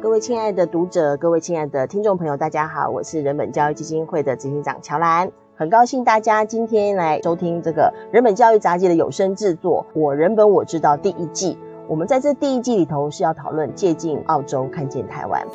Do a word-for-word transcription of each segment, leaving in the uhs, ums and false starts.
各位亲爱的读者，各位亲爱的听众朋友，大家好，我是人本教育基金会的执行长乔兰，很高兴大家今天来收听这个人本教育杂技的有声制作《我人本我知道》第一季。我们在这第一季里头是要讨论借鉴澳洲，看见台湾。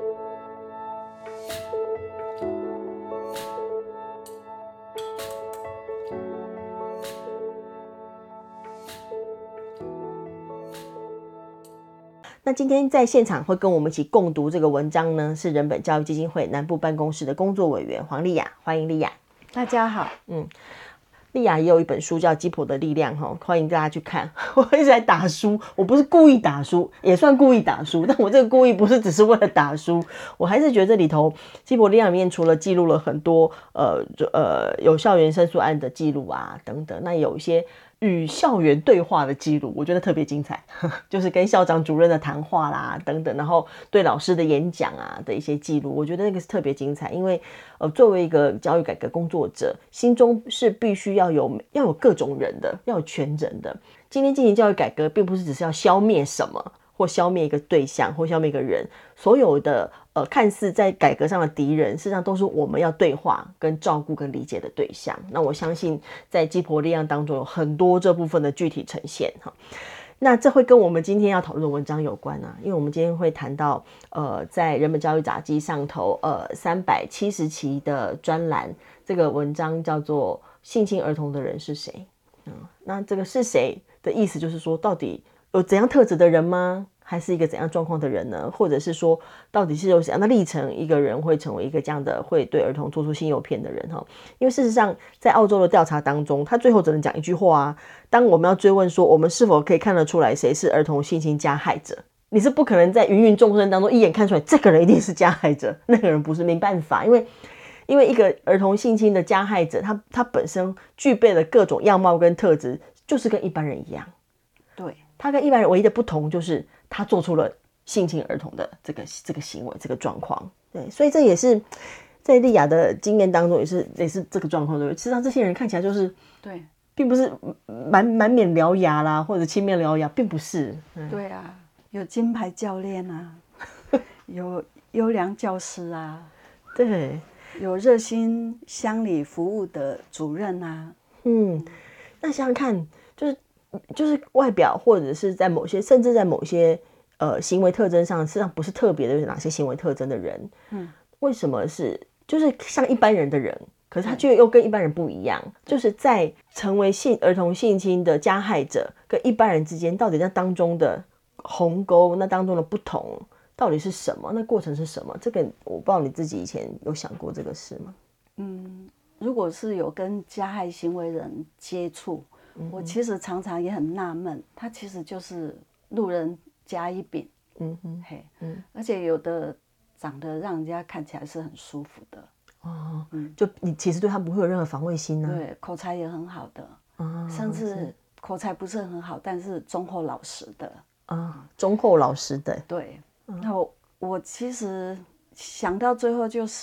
那今天在现场会跟我们一起共读这个文章呢，是人本教育基金会南部办公室的工作委员黄丽雅，欢迎丽雅。 大家好。 嗯，丽雅也有一本书叫《鸡婆的力量》，欢迎大家去看。我一直在打书，我不是故意打书，也算故意打书，但我这个故意不是只是为了打书，我还是觉得这里头《鸡婆力量》里面除了记录了很多呃呃有校园申诉案的记录啊等等，那有一些与校园对话的记录，我觉得特别精彩，就是跟校长主任的谈话啦等等，然后对老师的演讲啊的一些记录，我觉得那个是特别精彩。因为呃，作为一个教育改革工作者，心中是必须要有要有各种人的，要有全人的。今天进行教育改革，并不是只是要消灭什么，或消灭一个对象，或消灭一个人，所有的呃看似在改革上的敌人，事实上都是我们要对话、跟照顾、跟理解的对象。那我相信在鸡婆力量当中有很多这部分的具体呈现哈。那这会跟我们今天要讨论的文章有关啊，因为我们今天会谈到呃在人本教育杂技上头呃三百七十期的专栏，这个文章叫做性侵儿童的人是谁？嗯，那这个是谁的意思就是说，到底有怎样特质的人吗？还是一个怎样状况的人呢？或者是说，到底是有怎样的历程，一个人会成为一个这样的会对儿童做出性诱骗的人？因为事实上，在澳洲的调查当中，他最后只能讲一句话啊：当我们要追问说，我们是否可以看得出来谁是儿童性侵加害者，你是不可能在芸芸众生当中一眼看出来这个人一定是加害者，那个人不是，没办法，因为因为一个儿童性侵的加害者，他他本身具备了各种样貌跟特质，就是跟一般人一样。 对， 他跟一般人唯一的不同就是他做出了性侵儿童的这个这个行为，这个状况。对，所以这也是在丽雅的经验当中也是也是这个状况。对，事实上这些人看起来就是对， 并不是满满脸獠牙啦，或者青面獠牙，并不是。 嗯、对啊，有金牌教练啊，有优良教师啊， 对， 有热心乡里服务的主任啊。 嗯，那想想看，就是就是外表或者是在某些甚至在某些呃行为特征上，实际上不是特别的有哪些行为特征的人，嗯，为什么是就是像一般人的人，可是他却又跟一般人不一样？就是在成为性儿童性侵的加害者跟一般人之间，到底那当中的鸿沟，那当中的不同到底是什么？那过程是什么？这个我不知道你自己以前有想过这个事吗？ 嗯，如果是有跟加害行为人接触，我其实常常也很纳闷，他其实就是路人甲乙丙，嗯哼，嘿，嗯，而且有的长得让人家看起来是很舒服的， 哦，嗯，就你其实对他不会有任何防卫心呢、啊， 对，口才也很好的，哦、甚至口才不是很好，但是忠厚老实的， 啊、哦，忠厚老实的， 对，嗯、那我我其实想到最后就是，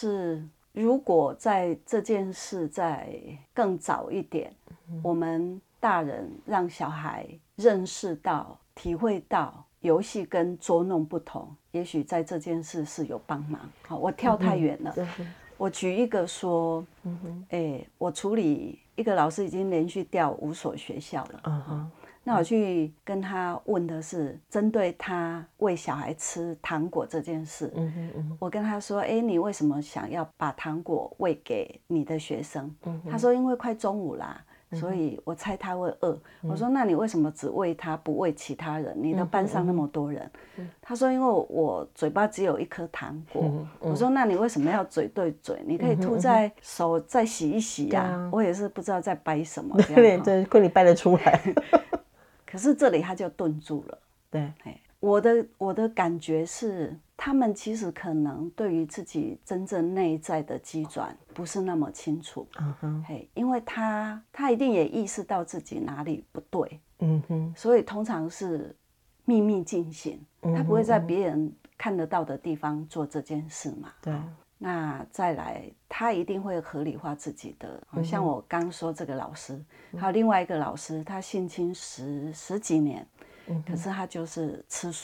如果在这件事再更早一点，嗯、我们大人让小孩认识到、体会到游戏跟捉弄不同，也许在这件事是有帮忙。好，我跳太远了。嗯、我举一个说，嗯哼，欸，我处理一个老师已经连续调五所学校了。嗯哼，那我去跟他问的是针对他喂小孩吃糖果这件事。嗯哼嗯哼，我跟他说，欸，你为什么想要把糖果喂给你的学生？嗯、他说因为快中午啦。所以我猜他会饿。嗯、我说那你为什么只喂他不喂其他人？你的班上那么多人。嗯、他说因为我嘴巴只有一颗糖果。嗯嗯、我说那你为什么要嘴对嘴？你可以吐在手再洗一洗呀、啊。嗯、我也是不知道在掰什么。 对对，亏你掰得出来。 可是这里他就顿住了。 对， 我的我的感觉是，他们其实可能对于自己真正内在的机转不是那么清楚，嗯哼，嘿，因为他他一定也意识到自己哪里不对，嗯哼，所以通常是秘密进行，他不会在别人看得到的地方做这件事嘛， 对。 那再来，他一定会合理化自己的，嗯、像我刚说这个老师，还有另外一个老师，他性侵十十几年。可是他就是吃素，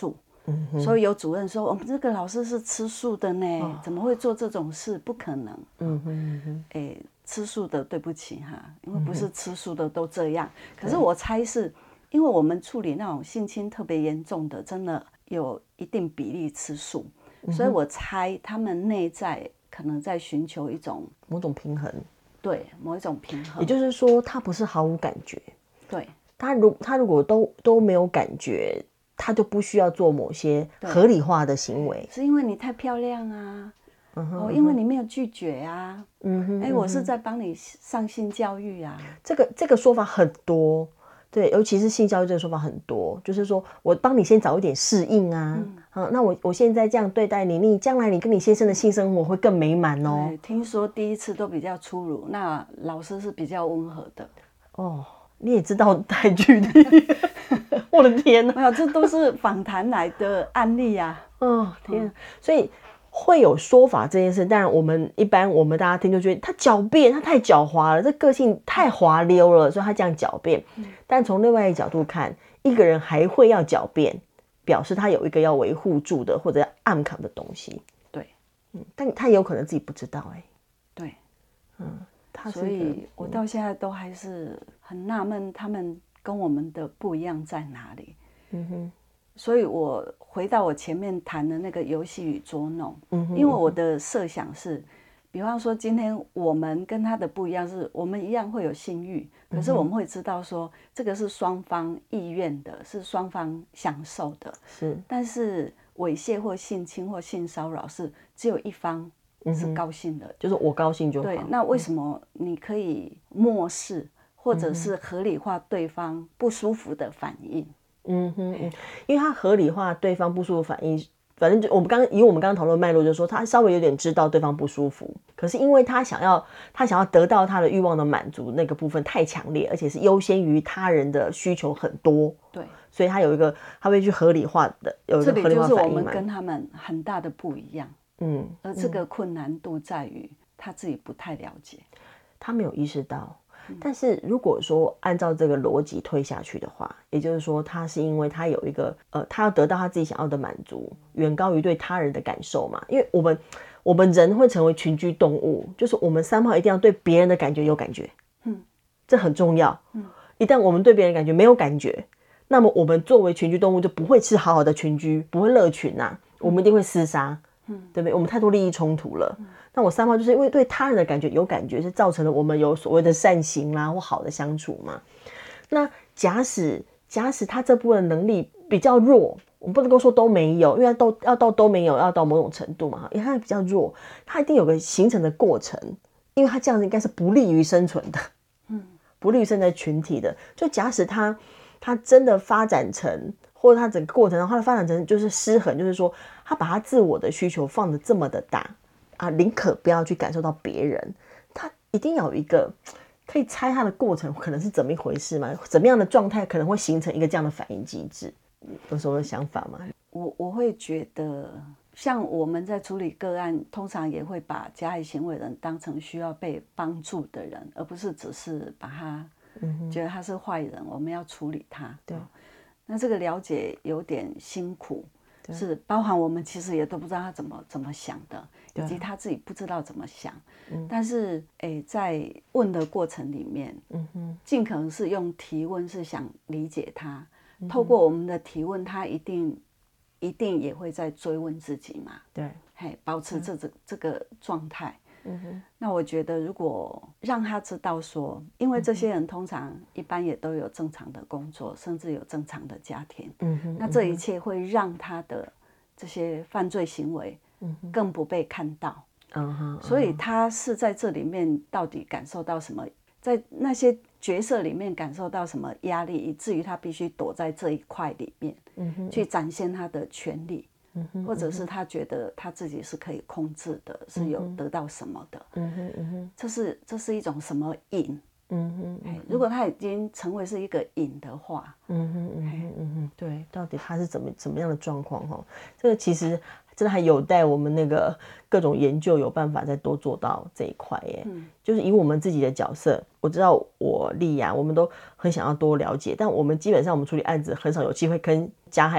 嗯、所以有主任说我们这个老师是吃素的呢、哦、怎么会做这种事，不可能。嗯哼嗯哼，哎，吃素的对不起哈，因为不是吃素的都这样、嗯、可是我猜是因为我们处理那种性侵特别严重的真的有一定比例吃素、嗯、所以我猜他们内在可能在寻求一种某种平衡， 对，某一种平衡， 也就是说他不是毫无感觉， 对， 他如他如果都都没有感觉，他就不需要做某些合理化的行为， 是因为你太漂亮啊，嗯哦，因为你没有拒绝啊，嗯哼，哎，我是在帮你上性教育啊， 这个这个说法很多，对，尤其是性教育这个说法很多，就是说我帮你先早一点适应啊，嗯啊、那我我现在这样对待你，你将来你跟你先生的性生活会更美满哦。 对，听说第一次都比较粗鲁，那老师是比较温和的。 哦，你也知道太距离，我的天哪！ 没有，这都是访谈来的案例啊。 哦天、嗯，所以会有说法这件事，当然我们一般我们大家听就觉得他狡辩，他太狡猾了，这个性太滑溜了，所以他这样狡辩。嗯、但从另外一个角度看，一个人还会要狡辩，表示他有一个要维护住的或者要暗扛的东西。 对， 嗯，但他也有可能自己不知道、欸，哎， 对， 嗯，他所以我到现在都还是很纳闷，他们跟我们的不一样在哪里？嗯哼。所以我回到我前面谈的那个游戏与捉弄，嗯哼，因为我的设想是，比方说今天我们跟他的不一样是，我们一样会有性欲，可是我们会知道说这个是双方意愿的，是双方享受的， 是， 但是猥亵或性侵或性骚扰是只有一方是高兴的，嗯、 就是我高兴就好。 对，那为什么你可以漠视或者是合理化对方不舒服的反应？ 嗯哼嗯，因为他合理化对方不舒服反应，反正就我们刚以我们刚刚讨论脉络，就是说他稍微有点知道对方不舒服，可是因为他想要他想要得到他的欲望的满足那个部分太强烈，而且是优先于他人的需求很多， 对， 所以他有一个他会去合理化的有一个合理化反应嘛。 这里就是我们跟他们很大的不一样，嗯，而这个困难度在于他自己不太了解， 他没有意识到。但是如果说按照这个逻辑推下去的话，也就是说他是因为他有一个呃，他要得到他自己想要的满足，远高于对他人的感受嘛。因为我们我们人会成为群居动物，就是我们三号一定要对别人的感觉有感觉，嗯，这很重要。嗯，一旦我们对别人感觉没有感觉，那么我们作为群居动物就不会是好好的群居，不会乐群啊，我们一定会厮杀，嗯，对不对？我们太多利益冲突了。嗯，那我三号就是因为对他人的感觉有感觉，是造成了我们有所谓的善行啦或好的相处嘛。那假使假使他这部分能力比较弱，我们不能够说都没有，因为都要到都没有要到某种程度嘛，因为他比较弱，他一定有个形成的过程，因为他这样子应该是不利于生存的，嗯，不利于生存群体的。就假使他他真的发展成，或者他整个过程然后他发展成就是失衡，就是说他把他自我的需求放得这么的大。啊，宁可不要去感受到别人，他一定要有一个可以猜他的过程可能是怎么一回事嘛？怎么样的状态可能会形成一个这样的反应机制？有什么想法吗？ 我我会觉得，像我们在处理个案，通常也会把加害行为人当成需要被帮助的人，而不是只是把他、嗯、觉得他是坏人，我们要处理他。对，那这个了解有点辛苦。是包含我们其实也都不知道他怎么怎么想的，以及他自己不知道怎么想。嗯、但是诶，在问的过程里面，嗯哼，尽可能是用提问，是想理解他。嗯、透过我们的提问，他一定一定也会在追问自己嘛。 对， 嘿，保持这这这个状态。嗯哼，那我觉得如果让他知道说，因为这些人通常一般也都有正常的工作，甚至有正常的家庭，嗯哼，那这一切会让他的这些犯罪行为更不被看到，嗯哼，所以他是在这里面到底感受到什么，在那些角色里面感受到什么压力，以至于他必须躲在这一块里面，嗯哼，去展现他的权利。或者是他觉得他自己是可以控制的，嗯、是有得到什么的，嗯哼嗯哼，这是这是一种什么瘾？嗯哼，嗯哼，如果他已经成为是一个瘾的话，嗯哼嗯哼嗯哼， 对，到底他是怎么怎么样的状况？哈，这个其实真的还有待我们那个各种研究有办法再多做到这一块耶。嗯，就是以我们自己的角色，我知道我丽雅，我们都很想要多了解，但我们基本上我们处理案子很少有机会跟加害者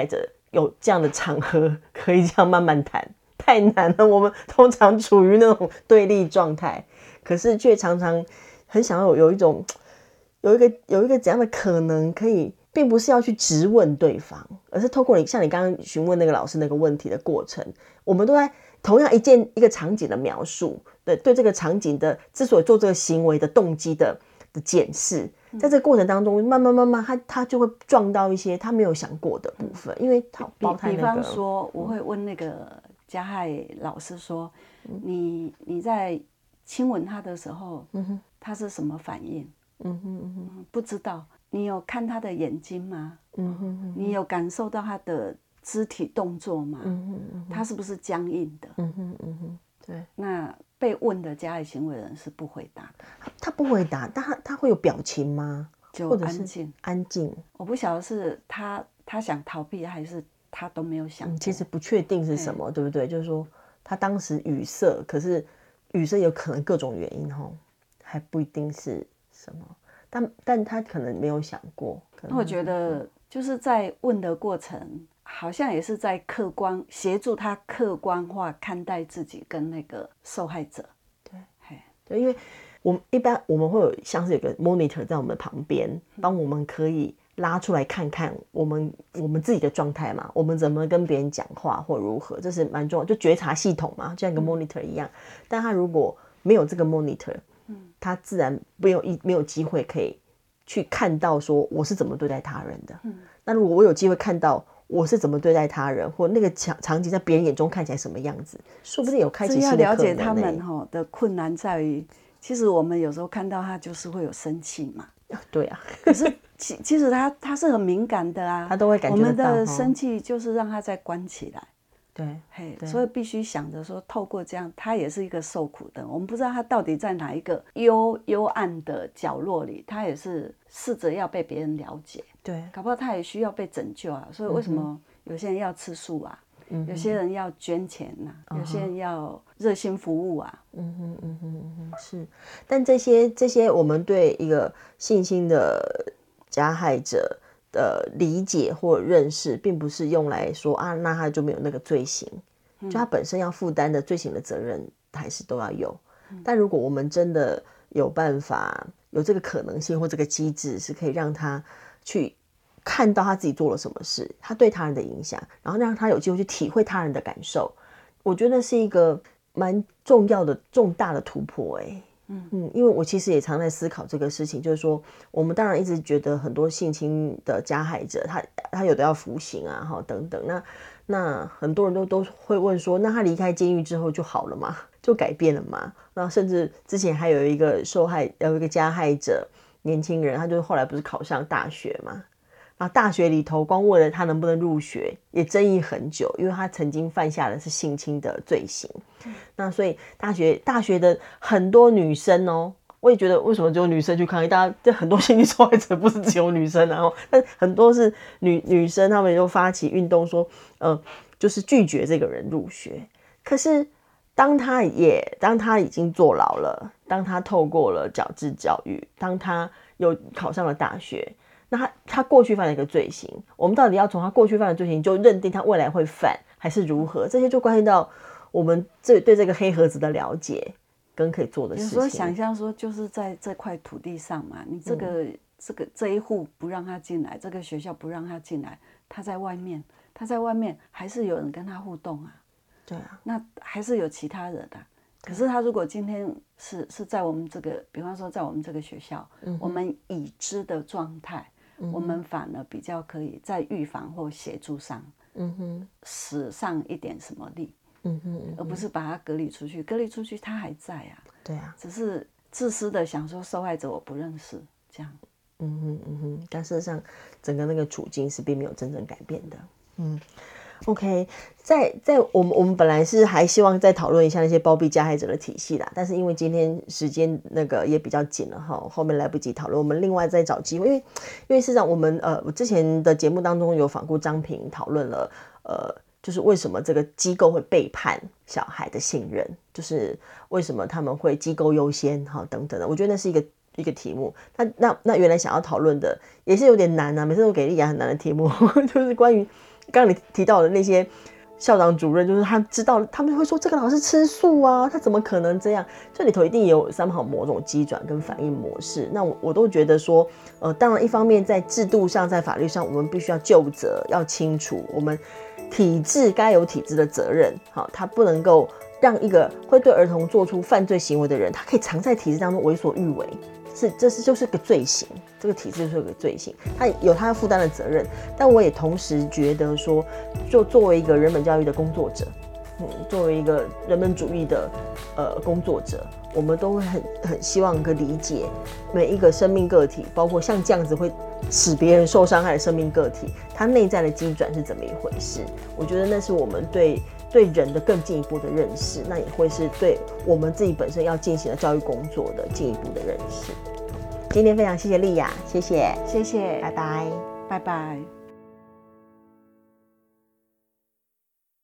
有这样的场合可以这样慢慢谈，太难了。我们通常处于那种对立状态，可是却常常很想要有有一种有一个有一个怎样的可能可以，并不是要去质问对方，而是透过你像你刚刚询问那个老师那个问题的过程，我们都在同样一件一个场景的描述，对对这个场景的之所以做这个行为的动机的的检视，在这个过程当中，慢慢慢慢他他就会撞到一些他没有想过的部分，因为他包含那个， 比方说，我会问那个加害老师说，嗯、你你在亲吻他的时候，嗯、他是什么反应？嗯哼嗯哼，不知道。你有看他的眼睛吗？嗯哼嗯哼，你有感受到他的肢体动作吗？嗯哼嗯哼，他是不是僵硬的？嗯哼嗯哼，对。那被问的加害行为人是不回答的。 他不回答，但他他会有表情吗？ 就安静安静。 我不晓得是他他想逃避，还是他都没有想过、 嗯。其实不确定是什么，对不对？就是说他当时语塞，可是语塞有可能各种原因吼，还不一定是什么。但但他可能没有想过。 那我觉得就是在问的过程，好像也是在客观协助他客观化看待自己跟那个受害者。 对，对，因为我们一般我们会有像是有个 monitor 在我们旁边，帮我们可以拉出来看看我们我们自己的状态嘛，我们怎么跟别人讲话或如何，这是蛮重要，就觉察系统嘛，就像一个 monitor 一样。嗯、但他如果没有这个 monitor，他自然没有一没有机会可以去看到说我是怎么对待他人的。嗯、那如果我有机会看到我是怎么对待他人，或那个场场景在别人眼中看起来什么样子，说不定有开启新的可能、欸。 要了解他们的困难在于，其实我们有时候看到他就是会有生气嘛。 对啊， 可是其其实他他是很敏感的啊， 他都会感觉得到。 我们的生气就是让他再关起来。 对， 嘿，所以必须想着说，透过这样，他也是一个受苦的。我们不知道他到底在哪一个幽幽暗的角落里，他也是试着要被别人了解。 对， 搞不好他也需要被拯救啊。所以为什么有些人要吃素啊？嗯、有些人要捐钱呐、啊，嗯、有些人要热心服务啊。 嗯哼嗯哼嗯哼，是。但这些这些，我们对一个性侵的加害者的理解或认识，并不是用来说啊，那他就没有那个罪行，就他本身要负担的罪行的责任还是都要有。嗯、但如果我们真的有办法，有这个可能性或这个机制，是可以让他去看到他自己做了什么事，他对他人的影响，然后让他有机会去体会他人的感受，我觉得是一个蛮重要的重大的突破。哎、欸。嗯，因为我其实也常在思考这个事情，就是说，我们当然一直觉得很多性侵的加害者，他他有的要服刑啊，哈等等。那那很多人都都会问说，那他离开监狱之后就好了吗？就改变了吗？那甚至之前还有一个受害，有一个加害者年轻人，他就后来不是考上大学嘛？啊，大学里头光为了他能不能入学也争议很久，因为他曾经犯下的是性侵的罪行。嗯、那所以大学大学的很多女生哦，我也觉得为什么只有女生去抗议？大家这很多性侵受害者不是只有女生，然后但很多是女女生，他们就发起运动说，呃，就是拒绝这个人入学。可是当他也当他已经坐牢了，当他透过了矫治教育，当他又考上了大学。那 他, 他过去犯了一个罪行，我们到底要从他过去犯的罪行就认定他未来会犯，还是如何？这些就关系到我们这对这个黑盒子的了解跟可以做的事情。 有时候想象说，就是在这块土地上嘛，你这个、嗯、这个这一户不让他进来，这个学校不让他进来，他在外面，他在外面还是有人跟他互动啊。 对啊， 那还是有其他人的、啊。可是他如果今天是是在我们这个，比方说在我们这个学校，嗯、我们已知的状态。我们反而比较可以在预防或协助上，嗯哼，使上一点什么力，嗯哼，嗯哼，而不是把它隔离出去。隔离出去，他还在啊， 对啊， 只是自私的想说受害者我不认识这样， 嗯哼嗯哼，但事实上整个那个处境是并没有真正改变的，嗯。OK， 在在我们我们本来是还希望再讨论一下那些包庇加害者的体系啦，但是因为今天时间那个也比较紧了哈，后面来不及讨论，我们另外再找机会，因为因为事实上我们呃我之前的节目当中有访过张平，讨论了呃就是为什么这个机构会背叛小孩的信任，就是为什么他们会机构优先哈等等的，我觉得那是一个一个题目。那那那原来想要讨论的也是有点难啊，每次都给丽雅很难的题目，就是关于。 刚刚你提到的那些校长主任，就是他知道，他们会说这个老师吃素啊，他怎么可能这样？这里头一定也有三好某种机转跟反应模式。那我我都觉得说，呃，当然一方面在制度上，在法律上，我们必须要究责，要清楚我们体制该有体制的责任，好，他不能够让一个会对儿童做出犯罪行为的人，他可以藏在体制当中为所欲为。是，这是就是个罪行，这个体制就是个罪行，他有他负担的责任。但我也同时觉得说，就作为一个人本教育的工作者，嗯，作为一个人本主义的呃工作者，我们都会很很希望可以理解每一个生命个体，包括像这样子会使别人受伤害的生命个体，它内在的机转是怎么一回事？我觉得那是我们对。对人的更进一步的认识，那也会是对我们自己本身要进行的教育工作的进一步的认识。今天非常谢谢丽雅，谢谢， 谢谢， 拜拜， 拜拜。